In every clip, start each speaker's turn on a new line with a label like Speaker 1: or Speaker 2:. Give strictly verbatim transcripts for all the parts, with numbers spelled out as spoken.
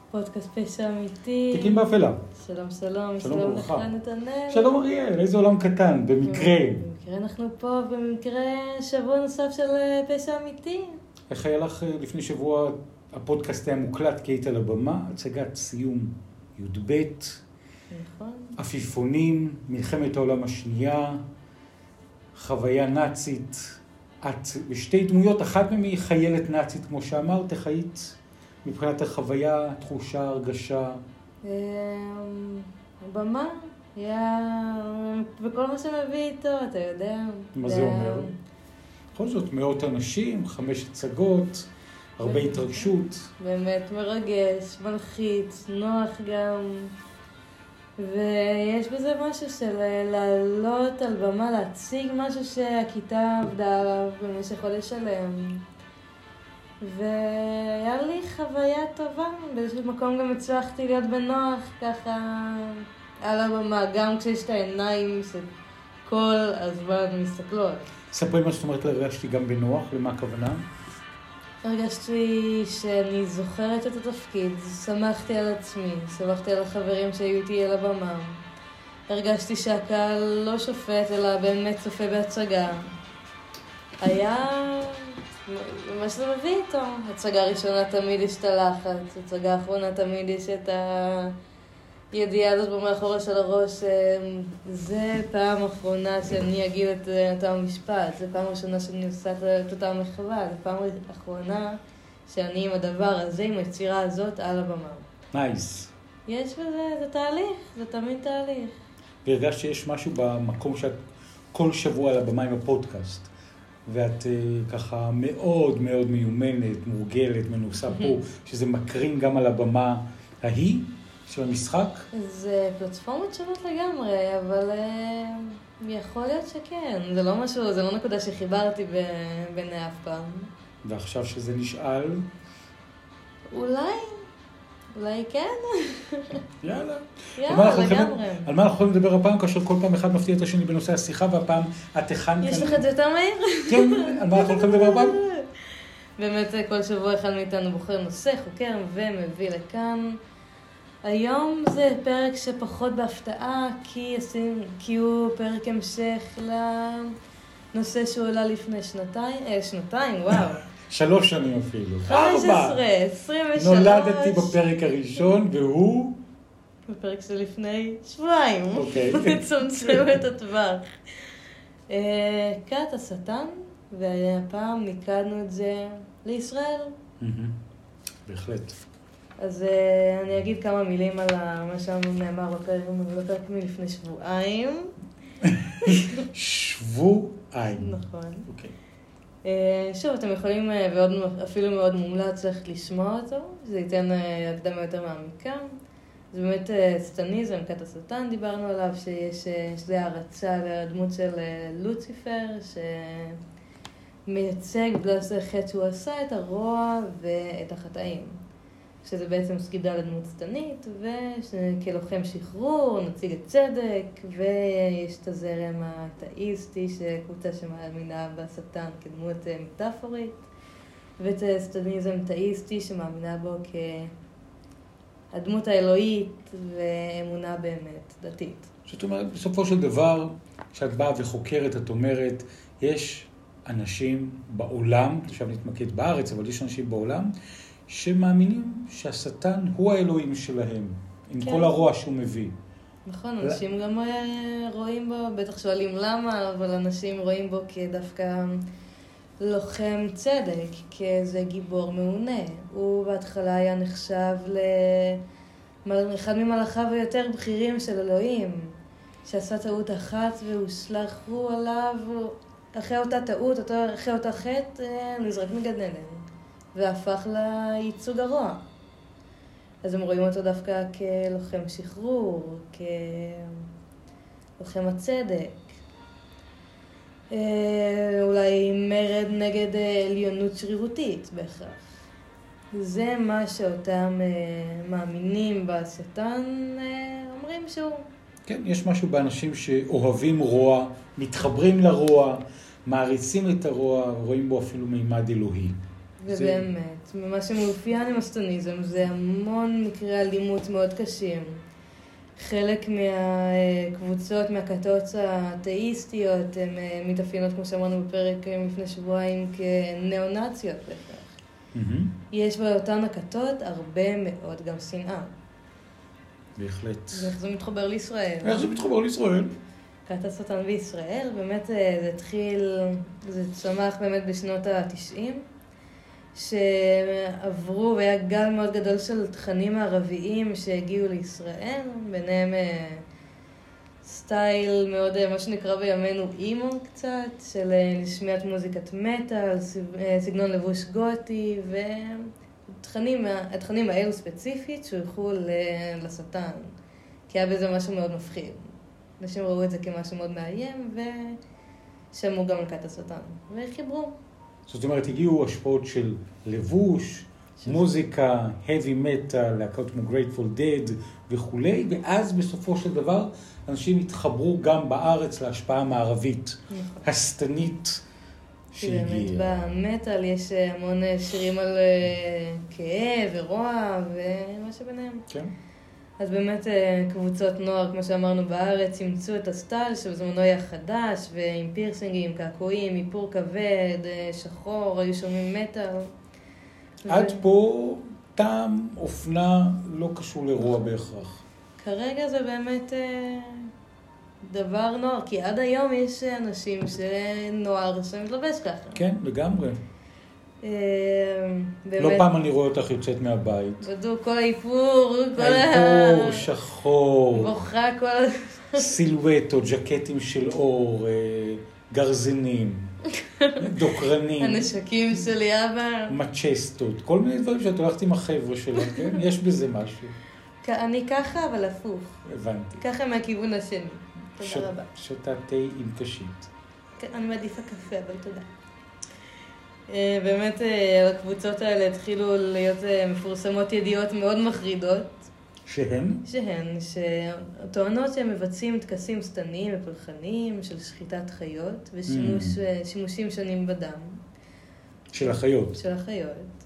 Speaker 1: פודקאסט פשע אמיתי.
Speaker 2: תיקים באפלה.
Speaker 1: שלום, שלום.
Speaker 2: שלום
Speaker 1: לך, נתנאל.
Speaker 2: שלום אריאל, איזה עולם קטן, במקרה.
Speaker 1: במקרה אנחנו פה, במקרה שבוע נוסף של פשע אמיתי.
Speaker 2: איך היה לך לפני שבוע הפודקאסט היה מוקלט כי היית על הבמה, הצגת סיום י"ב,
Speaker 1: נכון.
Speaker 2: עפיפונים, מלחמת העולם השנייה, חוויה נאצית. את בשתי דמויות, אחת מהן היא חיילת נאצית, כמו שאמרת, איך היית מבחינת החוויה, תחושה, הרגשה?
Speaker 1: הבמה, וכל מה שמביא איתו, אתה יודע.
Speaker 2: מה זה אומר? בכל זאת, מאות אנשים, חמש הצגות, הרבה התרגשות.
Speaker 1: באמת מרגש, מלחיץ, נוח גם. ויש בזה משהו של לעלות על במה, להציג משהו שהכיתה עבדה עליו במשך חודש שלם. והיה לי חוויה טובה, באיזשהו מקום גם הצלחתי להיות בנוח ככה על הבמה, גם כשיש את העיניים שכל הזמן מסתכלות.
Speaker 2: ספרי מה זאת אומרת, הרגשתי גם בנוח, למה הכוונה?
Speaker 1: הרגשתי שאני זוכרת את התפקיד, שמחתי על עצמי, שמחתי על החברים שהיו איתי על הבמה. הרגשתי שהקהל לא שופט, אלא באמת צופה בהצגה. היה מה שזה מביא איתו. הצגה ראשונה תמיד יש את הלחץ, הצגה האחרונה תמיד יש את הידיעה הזאת במאחורה של הראש. זה פעם אחרונה שאני אגיד את אותה המשפט, זה פעם ראשונה שאני עושה את אותה מחווה, זה פעם אחרונה שאני עם הדבר הזה, עם היצירה הזאת על הבמה.
Speaker 2: נייס.
Speaker 1: יש בזה, זה תהליך, זה תמיד תהליך.
Speaker 2: והרגשת שיש משהו במקום שאת כל שבוע על הבמה עם הפודקאסט, ואת uh, ככה מאוד מאוד מיומנת, מורגלת, מנוסה פה, שזה מקרין גם על הבמה ההיא של המשחק?
Speaker 1: זה פלטפורמות שונות לגמרי, אבל uh, יכול להיות שכן. זה לא משהו, זה לא נקודה שחיברתי ביני אף פעם.
Speaker 2: ועכשיו שזה נשאל?
Speaker 1: אולי, אולי כן.
Speaker 2: יאללה.
Speaker 1: יאללה, לגמרי.
Speaker 2: על מה אנחנו יכולים לדבר הפעם, כאשר כל פעם אחד מפתיע את השני בנושא השיחה, והפעם את הכנת...
Speaker 1: יש לך את זה יותר מהיר?
Speaker 2: כן, על מה אנחנו יכולים לדבר הפעם?
Speaker 1: באמת כל שבוע אחד מאיתנו בוחר נושא, חוקר ומביא לכאן. היום זה פרק שפחות בהפתעה, כי, כי הוא פרק המשך לנושא שהוא עלה לפני שנתיים, אה, שנתיים, וואו.
Speaker 2: שלוש שנים אפילו.
Speaker 1: חמש עשרה, עשרים ושלוש.
Speaker 2: נולדתי בפרק הראשון, והוא...
Speaker 1: בפרק שלפני שבועיים.
Speaker 2: אוקיי.
Speaker 1: נצמצם את הטווח. כת השטן, והפעם ניקדנו את זה לישראל.
Speaker 2: בהחלט.
Speaker 1: אז אני אגיד כמה מילים על מה שנאמר בפרק מלפני שבועיים.
Speaker 2: שבועיים.
Speaker 1: נכון.
Speaker 2: אוקיי.
Speaker 1: שוב, אתם יכולים, ועוד אפילו מאוד מומלץ ללכת לשמוע אותו, זה ייתן הקדמה יותר מעמיקה. זה באמת סטניזם, כת השטן, דיברנו עליו, שיש שזה הרצה לדמות של לוציפר, שמייצג בגלל זה חטא שהוא עשה את הרוע ואת החטאים. שזה בעצם סגידה לדמות שטנית, וכלוחם שחרור, נציג הצדק, ויש את הזרם התאיסטי, שקבוצה שמאמינה בשטן כדמות מטאפורית, ואת הסטניזם תאיסטי שמאמינה בו כהדמות האלוהית ואמונה באמת דתית.
Speaker 2: זאת אומרת, בסופו של דבר, כשאת באה וחוקרת, את אומרת, יש אנשים בעולם, עכשיו נתמקד בארץ, אבל יש אנשים בעולם, שמאמינים שהשטן הוא האלוהים שלהם, עם כן. כל הרוע שהוא מביא.
Speaker 1: נכון, אנשים גם רואים בו, בטח שואלים למה, אבל אנשים רואים בו כדווקא לוחם צדק, כאיזה גיבור מעונה. הוא בהתחלה היה נחשב לאחד ממלאכיו היותר בכירים של אלוהים, שעשה טעות אחת והושלכו עליו, אחרי אותה טעות, אחרי אותה חטא, נזרק מגן עדן. והפך לייצוג הרוע. אז הם רואים אותו דווקא כלוחם שחרור, כלוחם הצדק. אולי מרד נגד עליונות שרירותית בהכרח. זה מה שאותם מאמינים בשטן אומרים שהוא.
Speaker 2: כן, יש משהו באנשים שאוהבים רוע, מתחברים לרוע, מעריצים את הרוע, רואים בו אפילו מימד אלוהי.
Speaker 1: ובאמת, ממה שמאופיין עם השטניזם זה המון מקרי אלימות מאוד קשים. חלק מהקבוצות, מהכתות האתאיסטיות, הן מתאפיינות, כמו שאמרנו בפרק לפני שבועיים, כניאו-נאציות בכך.
Speaker 2: Mm-hmm.
Speaker 1: יש באותן הכתות הרבה מאוד גם שנאה.
Speaker 2: בהחלט.
Speaker 1: ואיך זה מתחבר לישראל?
Speaker 2: איך זה מתחבר לישראל?
Speaker 1: כת השטן בישראל, באמת זה התחיל, זה צמח באמת בשנות ה-תשעים, שעברו, והיה גל מאוד גדול של תכנים ערביים שהגיעו לישראל, ביניהם סטייל מאוד, מה שנקרא בימינו אימו קצת, של לשמיעת מוזיקת מטל, סגנון לבוש גותי, והתכנים התכנים האלו ספציפית שויכו לשטן, כי היה בזה משהו מאוד מפחיד. אנשים ראו את זה כמשהו מאוד מאיים, ושמעו גם על כת השטן, וחיברו.
Speaker 2: זאת אומרת, הגיעו השפעות של לבוש, מוזיקה, heavy metal, להקות כמו Grateful Dead וכולי, ואז בסופו של דבר אנשים התחברו גם בארץ להשפעה המערבית, השטנית שהגיעה.
Speaker 1: באמת, במטל יש המון שירים על כאב ורוע ומה שביניהם.
Speaker 2: כן.
Speaker 1: אז באמת קבוצות נוער, כמו שאמרנו בארץ, אימצו את הסטייל שבזמנו היה חדש, ועם פירסינגים, קעקועים, איפור כבד, שחור, היו שומעים מטל.
Speaker 2: עד פה טעם, אופנה, לא קשור לרוע בהכרח.
Speaker 1: כרגע זה באמת דבר נוער, כי עד היום יש אנשים שנוער שמתלבש ככה.
Speaker 2: כן, לגמרי. לא פעם אני רואה אותך יוצאת מהבית.
Speaker 1: בדיוק, כל האיפור, כל ה...
Speaker 2: האיפור, שחור.
Speaker 1: בוכה כל...
Speaker 2: סילואטות, ג'קטים של אור, גרזינים, דוקרנים.
Speaker 1: הנשקים שלי, אבא.
Speaker 2: מצ'סטות, כל מיני דברים שאת הולכת עם החבר'ה שלה, כן? יש בזה משהו.
Speaker 1: אני ככה, אבל הפוך.
Speaker 2: הבנתי.
Speaker 1: ככה מהכיוון השני. תודה רבה.
Speaker 2: שותה תה עם קשית.
Speaker 1: אני מעדיפה קפה, אבל תודה. באמת הקבוצות האלה התחילו להיות מפורסמות ידיעות מאוד מחרידות.
Speaker 2: שהן?
Speaker 1: שהן, שטוענות שהם מבצעים טקסים שטניים ופולחניים של שחיטת חיות ושימושים שונים בדם.
Speaker 2: של החיות?
Speaker 1: של החיות.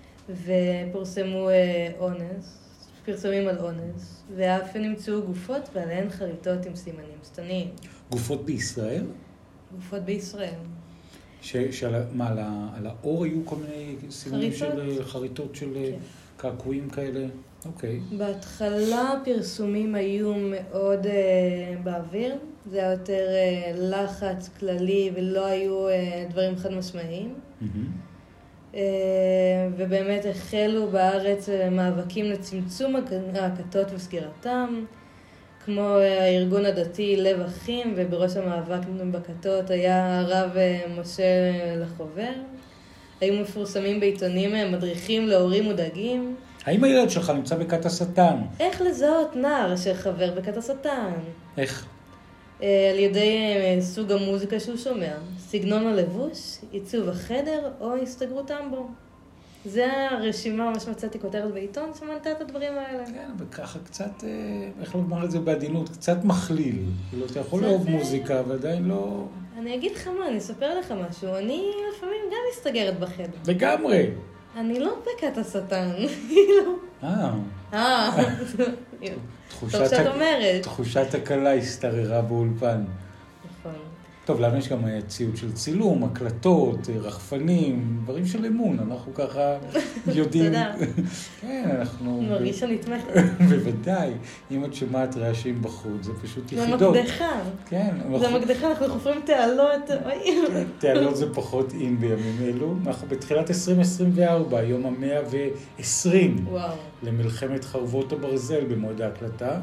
Speaker 1: ופורסמו אונס, פרסומים על אונס, ואף נמצאו גופות ועליהן חריטות עם סימנים שטניים.
Speaker 2: גופות בישראל?
Speaker 1: גופות בישראל.
Speaker 2: שעל מה, על, על האור היו כל מיני סימנים של חריטות של כן. קעקועים כאלה? אוקיי.
Speaker 1: בהתחלה פרסומים היו מאוד uh, באוויר, זה היה יותר uh, לחץ כללי ולא היו uh, דברים חד משמעיים. Mm-hmm. Uh, ובאמת החלו בארץ uh, מאבקים לצמצום הכתות וסגירתם, כמו הארגון הדתי לב אחים, ובראש המאבק בכתות היה הרב משה לחובר. היו מפורסמים בעיתונים מדריכים להורים מודאגים.
Speaker 2: האם הילד שלך נמצא בכת השטן?
Speaker 1: איך לזהות נער שחבר בכת השטן?
Speaker 2: איך?
Speaker 1: על ידי סוג המוזיקה שהוא שומע, סגנון הלבוש, עיצוב החדר או הסתגרותם בו. זה הרשימה, מה שמצאתי כותרת בעיתון, שמנתה את הדברים האלה.
Speaker 2: כן, וככה קצת, איך לומר את זה בעדינות, קצת מכליל. כאילו, אתה יכול לאהוב מוזיקה, ועדיין לא...
Speaker 1: אני אגיד לך מה, אני אספר לך משהו. אני לפעמים גם מסתגרת בחדר.
Speaker 2: לגמרי.
Speaker 1: אני לא בכת השטן.
Speaker 2: אה.
Speaker 1: אה. טוב שאת אומרת.
Speaker 2: תחושת הקלה הסתררה באולפן.
Speaker 1: נכון.
Speaker 2: טוב, לנו יש גם ציוד של צילום, הקלטות, רחפנים, דברים של אמון. אנחנו ככה יודעים...
Speaker 1: תודה.
Speaker 2: כן, אנחנו...
Speaker 1: מרגישה נתמכת.
Speaker 2: בוודאי. אם את שמעת רעשים בחוץ, זה פשוט יחידות.
Speaker 1: זה מקדחה.
Speaker 2: כן.
Speaker 1: זה מקדחה, אנחנו חופרים תעלות.
Speaker 2: תעלות זה פחות אין בימים אלו. אנחנו בתחילת עשרים עשרים וארבע, יום המאה ועשרים.
Speaker 1: וואו.
Speaker 2: למלחמת חרבות הברזל במועד ההקלטה.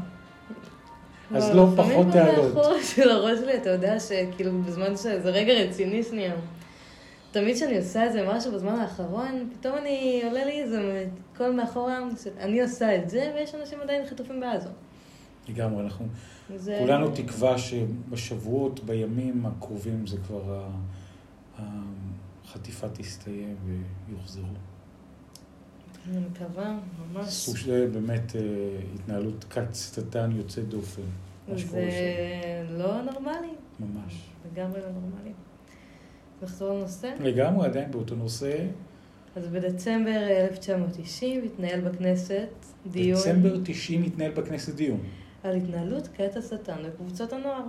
Speaker 2: אז לא פחות תעלות.
Speaker 1: לפעמים מאחור של הראש שלי, אתה יודע שכאילו בזמן שזה רגע רציני שנייה. תמיד כשאני עושה איזה משהו בזמן האחרון, פתאום אני עולה לי איזה קול מאחורה, אני עושה את זה, ויש אנשים עדיין חטופים בעזה.
Speaker 2: לגמרי, אנחנו כולנו תקווה שבשבועות, בימים הקרובים, זה כבר החטיפה תסתיים ויוחזרו.
Speaker 1: אני מקווה, ממש.
Speaker 2: סוג של באמת התנהלות כת שטן יוצא דופן.
Speaker 1: זה לא נורמלי.
Speaker 2: ממש.
Speaker 1: לגמרי לא נורמלי. לחזור לנושא?
Speaker 2: לגמרי, עדיין באותו נושא.
Speaker 1: אז בדצמבר אלף תשע מאות תשעים התנהל בכנסת דיון...
Speaker 2: דצמבר תשעים התנהל בכנסת דיון.
Speaker 1: על התנהלות כת השטן בקבוצות הנוער.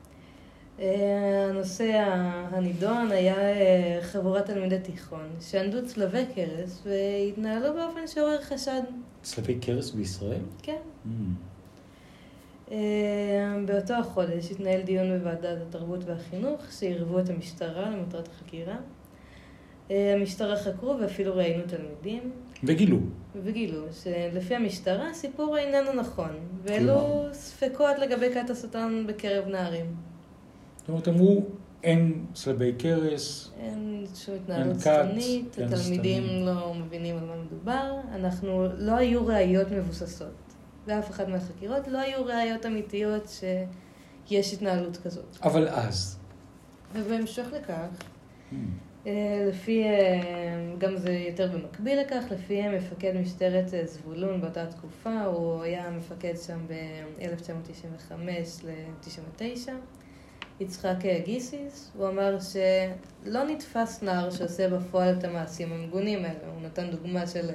Speaker 1: הנושא הנידון היה חבורת תלמידי תיכון שענדו צלבי קרס והתנהלו באופן שעורר חשד.
Speaker 2: צלבי קרס בישראל?
Speaker 1: כן. Mm. באותו החודש התנהל דיון בוועדת התרבות והחינוך שעירבו את המשטרה למטרת החקירה. המשטרה חקרו ואפילו ראיינו תלמידים.
Speaker 2: וגילו.
Speaker 1: וגילו שלפי המשטרה הסיפור איננו נכון, ואלו ספקות לגבי כת השטן בקרב נערים.
Speaker 2: זאת אומרת, אמרו, אין צלבי קרס,
Speaker 1: אין שום התנהלות שטנית, התלמידים לא מבינים על מה מדובר, אנחנו, לא היו ראיות מבוססות. באף אחת מהחקירות לא היו ראיות אמיתיות שיש התנהלות כזאת.
Speaker 2: אבל אז?
Speaker 1: ובהמשך לכך, hmm. לפי, גם זה יותר במקביל לכך, לפי מפקד משטרת זבולון באותה תקופה, הוא היה מפקד שם ב-אלף תשע מאות תשעים וחמש ל-תשעים ותשע, יצחק גיסיס, הוא אמר שלא נתפס נער שעושה בפועל את המעשים המגונים האלה. הוא נתן דוגמה של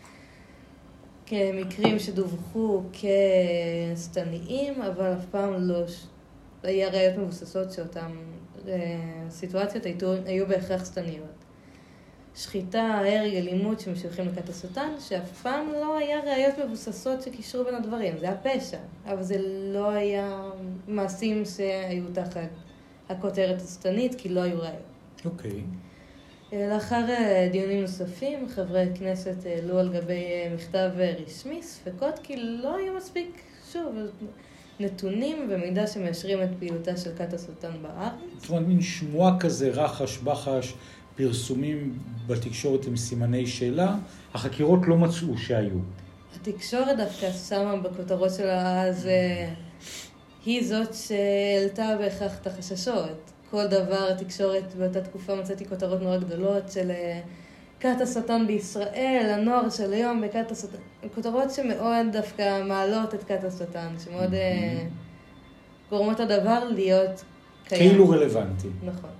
Speaker 1: כמקרים שדווחו כסטניים, אבל אף פעם לא היה ראיות מבוססות שאותן סיטואציות היו, היו בהכרח סטניות. שחיטה, הרג, אלימות שמשולחים לכת השטן, שאף פעם לא היה ראיות מבוססות שקישרו בין הדברים. זה היה פשע, אבל זה לא היה מעשים שהיו תחת הכותרת הסטנית, כי לא היו ראיות.
Speaker 2: אוקיי. Okay.
Speaker 1: לאחר דיונים נוספים, חברי הכנסת העלו על גבי מכתב רשמי ספקות, כי לא היו מספיק, שוב, נתונים ומידע שמאשרים את פעילותה של כת השטן בארץ.
Speaker 2: זאת אומרת, מין שמועה כזה, רחש, בחש, פרסומים בתקשורת עם סימני שאלה, החקירות לא מצאו שהיו.
Speaker 1: התקשורת דווקא שמה בכותרות שלה אז היא זאת שהעלתה בהכרח את החששות. כל דבר, התקשורת באותה תקופה מצאתי כותרות מאוד גדולות של כת השטן בישראל, הנוער של היום בכת השטן. כותרות שמאוד דווקא מעלות את כת השטן, שמאוד גורמות הדבר להיות קיים.
Speaker 2: כאילו רלוונטי.
Speaker 1: נכון.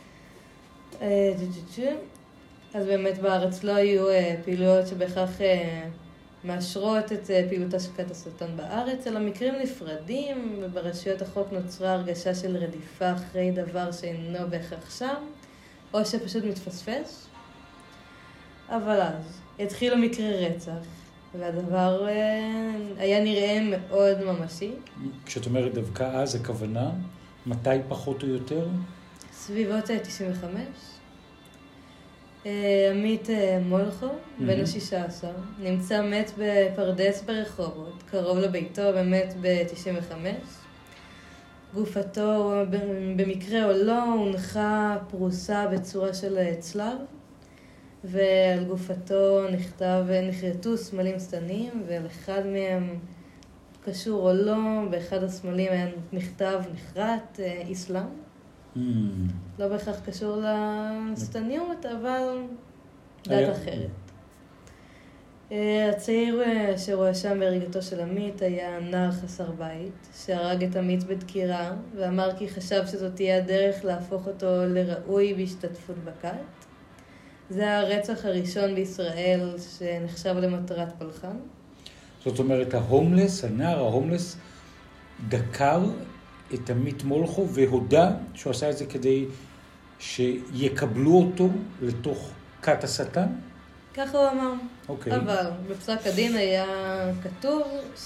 Speaker 1: אז באמת בארץ לא היו פעילויות שבהכרח מאשרות את פעילותה של כת השטן בארץ, אלא מקרים נפרדים, וברשויות החוק נוצרה הרגשה של רדיפה אחרי דבר שאינו בהכרח שם, או שפשוט מתפספס. אבל אז התחילו מקרי רצח, והדבר היה נראה מאוד ממשי.
Speaker 2: כשאת אומרת דווקא אז, הכוונה, מתי פחות או יותר?
Speaker 1: סביבות תשעים וחמש. עמית מולכו, בן ה-שישה עשר, נמצא מת בפרדס ברחובות, קרוב לביתו, באמת ב-תשעים וחמש. גופתו, במקרה או לא, הונחה פרוסה בצורה של צלב, ועל גופתו נכתב, נחרטו סמלים סתניים, ועל אחד מהם קשור או לא, באחד הסמלים היה נכתב נחרט איסלאם. Mm. לא בהכרח קשור לסתניות, אבל דת אחרת. הצעיר שהואשם בהריגתו של עמית היה נער חסר בית, שהרג את עמית בדקירה, ואמר כי חשב שזאת תהיה הדרך להפוך אותו לראוי בהשתתפות בכת. זה הרצח הראשון בישראל שנחשב למטרת פלחן.
Speaker 2: זאת אומרת, ההומלס, הנער ההומלס, דקר את עמית מולכו והודע שהוא עשה את זה כדי שיקבלו אותו לתוך כת השטן?
Speaker 1: ככה הוא אמר.
Speaker 2: אוקיי.
Speaker 1: אבל בפסק הדין היה כתוב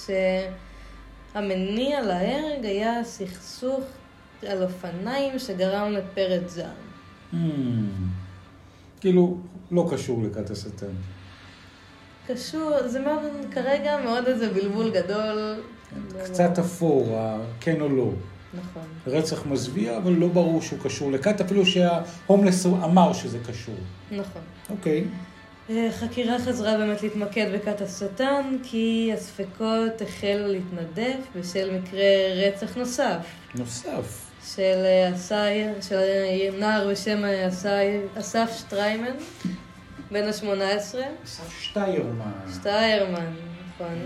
Speaker 1: שהמניע להרג היה סכסוך על אופניים שגרם לפרד זעם.
Speaker 2: Hmm. כאילו, לא קשור לכת השטן.
Speaker 1: קשור, זה מאוד, כרגע מאוד איזה בלבול גדול.
Speaker 2: קצת אפור, כן או לא.
Speaker 1: נכון.
Speaker 2: רצח מזוויע, אבל לא ברור שהוא קשור לכת, אפילו שההומלס אמר שזה קשור.
Speaker 1: נכון.
Speaker 2: אוקיי.
Speaker 1: חקירה חזרה באמת להתמקד בכת השטן, כי הספקות החלו להתנדף בשל מקרה רצח נוסף.
Speaker 2: נוסף.
Speaker 1: של אסאי, של נער בשם אסאי, אסף שטריימן, בן ה-שמונה עשרה.
Speaker 2: אסף שטיירמן.
Speaker 1: שטיירמן, נכון.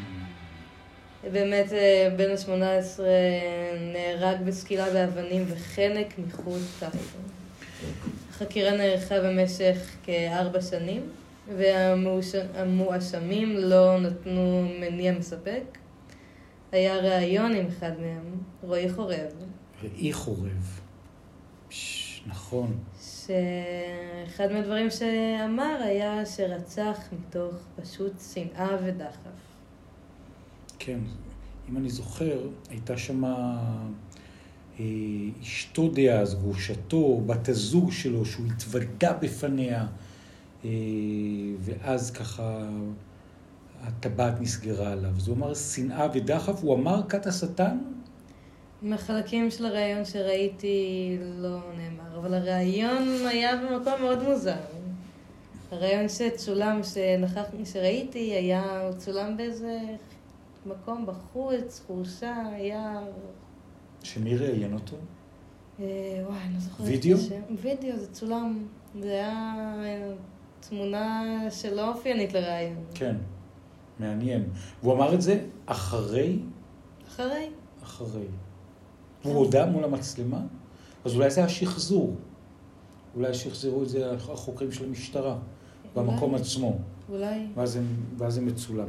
Speaker 1: באמת בן ה-שמונה עשרה נהרג בסקילה באבנים וחנק מחוץ תחת. החקירה נערכה במשך כארבע שנים. והמואשמים לא נתנו מניע מספק. היה ראיון עם אחד מהם, רועי חורב.
Speaker 2: רועי חורב. פש, נכון.
Speaker 1: שאחד מהדברים שאמר היה שרצח מתוך פשוט שנאה ודחף.
Speaker 2: כן, אם אני זוכר, הייתה שמה אה, אשתו דאז, גרושתו, בת הזוג שלו, שהוא התוודה בפניה, אה, ואז ככה הטבעת נסגרה עליו. אז הוא אמר שנאה ודחף, הוא אמר כת השטן?
Speaker 1: מהחלקים של הרעיון שראיתי לא נאמר, אבל הרעיון היה במקום מאוד מוזר. הרעיון שצולם, שנכחתי, שראיתי, היה, הוא צולם באיזה מקום בחוץ, חורשה, היה...
Speaker 2: שמי ראיין אותו?
Speaker 1: אה, וואי, אני לא זוכרת.
Speaker 2: וידאו?
Speaker 1: וידאו, זה צולם. זה היה תמונה שלא אופיינית לרעיון.
Speaker 2: כן, מעניין. והוא אמר את זה אחרי?
Speaker 1: אחרי.
Speaker 2: אחרי. והוא הודע מול המצלמה? אז אולי זה היה שחזור. אולי שחזרו את זה החוקרים של המשטרה, במקום עצמו.
Speaker 1: אולי.
Speaker 2: ואז זה מצולם.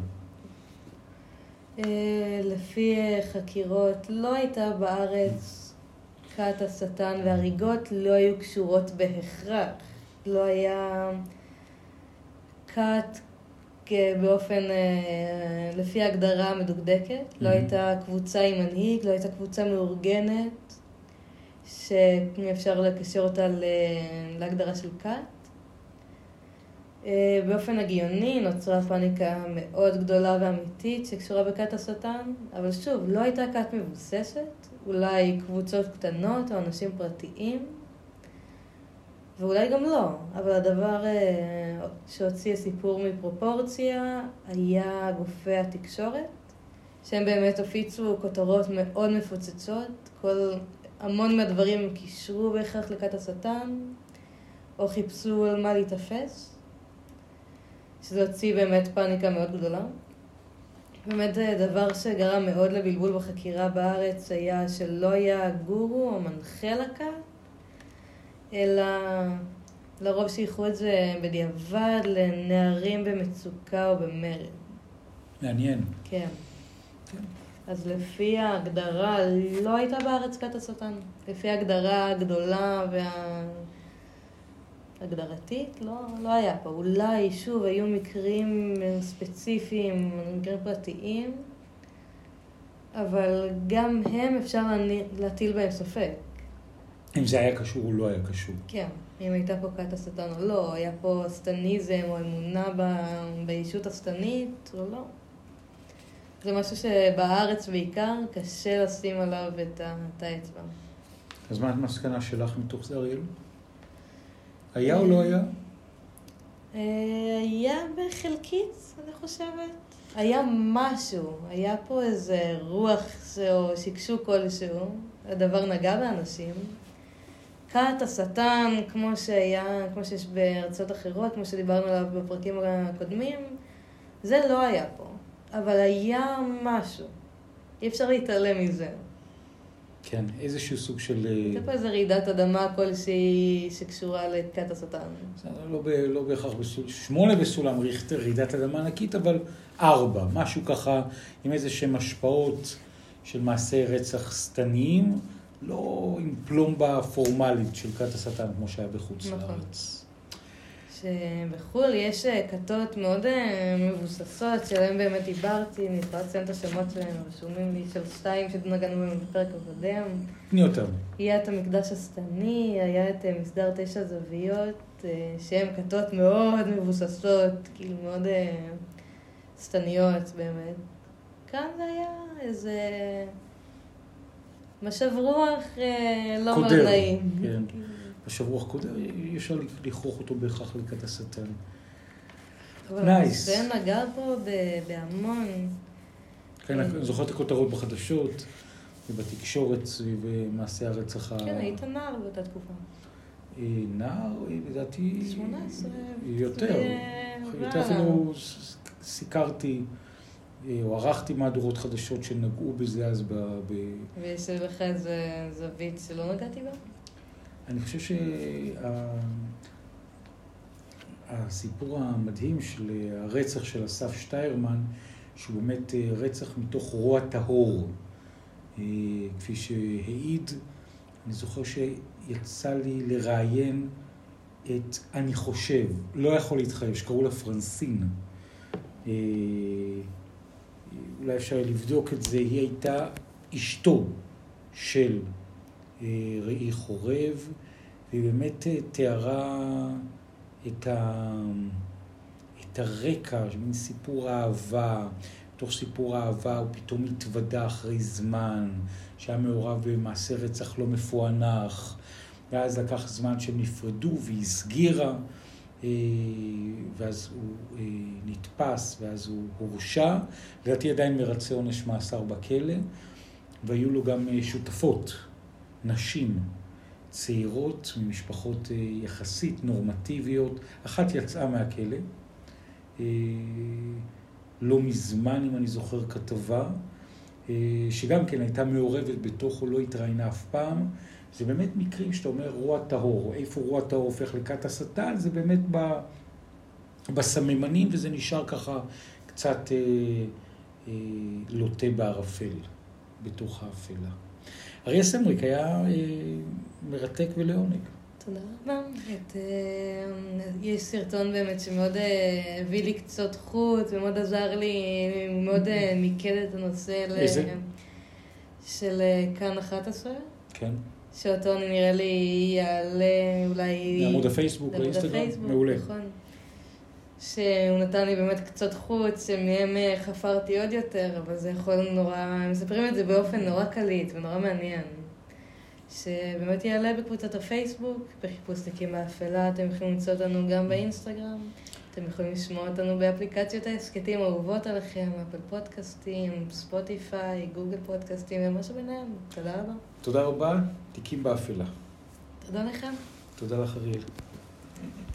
Speaker 1: לפי חקירות, לא הייתה בארץ כת השטן, והריגות לא היו קשורות בהכרח. לא היה כת באופן, לפי ההגדרה המדוקדקת. לא הייתה קבוצה עם מנהיג, לא הייתה קבוצה מאורגנת, שאפשר לקשר אותה להגדרה של כת. באופן הגיוני נוצרה פאניקה מאוד גדולה ואמיתית שקשורה בכת השטן, אבל שוב, לא הייתה כת מבוססת, אולי קבוצות קטנות או אנשים פרטיים, ואולי גם לא, אבל הדבר שהוציא הסיפור מפרופורציה היה גופי התקשורת, שהם באמת הפיצו כותרות מאוד מפוצצות, כל, המון מהדברים קישרו בהכרח לכת השטן, או חיפשו על מה להתאפס. שזה הוציא באמת פאניקה מאוד גדולה. באמת דבר שגרם מאוד לבלבול בחקירה בארץ היה שלא היה גורו או מנחה לכת, אלא לרוב שייכו את זה בדיעבד לנערים במצוקה או במרד.
Speaker 2: מעניין.
Speaker 1: כן. כן. אז לפי ההגדרה לא הייתה בארץ כת השטן. לפי ההגדרה הגדולה וה... הגדרתית, לא, לא היה פה. אולי, שוב, היו מקרים ספציפיים, מקרים פרטיים, אבל גם הם אפשר להטיל בהם ספק.
Speaker 2: אם זה היה קשור או לא היה קשור.
Speaker 1: כן, אם הייתה פה כת השטן או לא, היה פה סטניזם או אמונה בישות הסטנית או לא. זה משהו שבארץ בעיקר קשה לשים עליו את האצבע.
Speaker 2: אז מה המסקנה שלך מתוך זה, אריאל? היה או לא היה?
Speaker 1: היה בחלקית, אני חושבת. היה משהו, היה פה איזה רוח או שקשוק כלשהו, הדבר נגע באנשים. כת השטן, כמו שהיה, כמו שיש בארצות אחרות, כמו שדיברנו עליו בפרקים הקודמים, זה לא היה פה. אבל היה משהו. אי אפשר להתעלם מזה.
Speaker 2: כן, איזשהו סוג של...
Speaker 1: הייתה פה איזו רעידת אדמה כלשהי שקשורה לכת השטן.
Speaker 2: לא, ב, לא בהכרח בסולם, שמונה בסולם ריכטר, רעידת אדמה ענקית, אבל ארבע, משהו ככה עם איזה שהם השפעות של מעשי רצח סתניים, לא עם פלומבה פורמלית של כת השטן, כמו שהיה בחוץ
Speaker 1: נכון.
Speaker 2: לארץ.
Speaker 1: שבחול יש כתות מאוד מבוססות, שלהם באמת דיברתי, אני יכולה לציין את השמות שלהם, רשומים לי של שתיים שנגענו בהם בפרק הקודם.
Speaker 2: תני אותם.
Speaker 1: היה את המקדש השטני, היה את מסדר תשע זוויות, שהם כתות מאוד מבוססות, כאילו מאוד סטניות באמת. כאן זה היה איזה משב רוח לא מאוד נעים.
Speaker 2: כן. משב רוח קודר, אי אפשר לכרוך אותו בהכרח לכת השטן.
Speaker 1: נייס. זה נגע פה בהמון.
Speaker 2: כן, אני זוכר את הכותרות בחדשות ובתקשורת סביב מעשי הרצח ה...
Speaker 1: כן, היית נער באותה תקופה.
Speaker 2: נער, לדעתי...
Speaker 1: שמונה עשרה.
Speaker 2: יותר. יותר אפילו סיקרתי, או ערכתי מהדורות חדשות שנגעו בזה אז ב...
Speaker 1: ויש לך איזה זווית שלא נגעתי בה?
Speaker 2: אני חושב הסיפור המדהים של הרצח של אסף שטיירמן, שהוא באמת רצח מתוך רוע טהור. כפי שהעיד, אני זוכר שיצא לי לראיין את אני חושב, לא יכול להתחייב, שקראו לה פרנסין. אולי אפשר לבדוק את זה, היא הייתה אשתו של ראי חורב, והיא באמת תיארה את, ה... את הרקע, מין סיפור האהבה. בתוך סיפור האהבה הוא פתאום התוודע אחרי זמן, שהיה מעורב במעשה רצח לא מפוענח, ואז לקח זמן שהם נפרדו והיא הסגירה, ואז הוא נתפס, ואז הוא הורשע, לדעתי עדיין מרצה עונש מאסר בכלא, והיו לו גם שותפות, נשים צעירות, ממשפחות יחסית נורמטיביות. אחת יצאה מהכלא, לא מזמן, אם אני זוכר, כתבה, שגם כן הייתה מעורבת בתוך, או לא התראיינה אף פעם. זה באמת מקרים שאתה אומר רוע טהור, איפה רוע טהור הופך לכת השטן, זה באמת ב, בסממנים, וזה נשאר ככה קצת אה, אה, לוטה בערפל, בתוך האפלה. אריה סמריק היה אה, מרתק ולעונג.
Speaker 1: תודה רבה. את, אה, יש סרטון באמת שמאוד אה, הביא לי קצות חוט, ומאוד עזר לי, הוא מאוד אה, מיקד את הנושא
Speaker 2: איזה?
Speaker 1: ל, של אה, כאן אחת עשרה.
Speaker 2: כן.
Speaker 1: שאותו נראה לי יעלה אולי...
Speaker 2: לעמוד הפייסבוק, לאינסטגרם, מעולה.
Speaker 1: נכון. שהוא נתן לי באמת קצות חוץ, שמהם חפרתי עוד יותר, אבל זה יכול נורא... הם מספרים את זה באופן נורא קליט ונורא מעניין. שבאמת יעלה בקבוצת הפייסבוק, בחיפוש תיקים באפלה, אתם יכולים למצוא אותנו גם באינסטגרם, אתם יכולים לשמוע אותנו באפליקציות ההסקטים האהובות עליכם, אפל פודקאסטים, ספוטיפיי, גוגל פודקאסטים ומה שביניהם. תודה רבה.
Speaker 2: תודה רבה, תיקים באפלה.
Speaker 1: תודה לכם.
Speaker 2: תודה לך אריאל.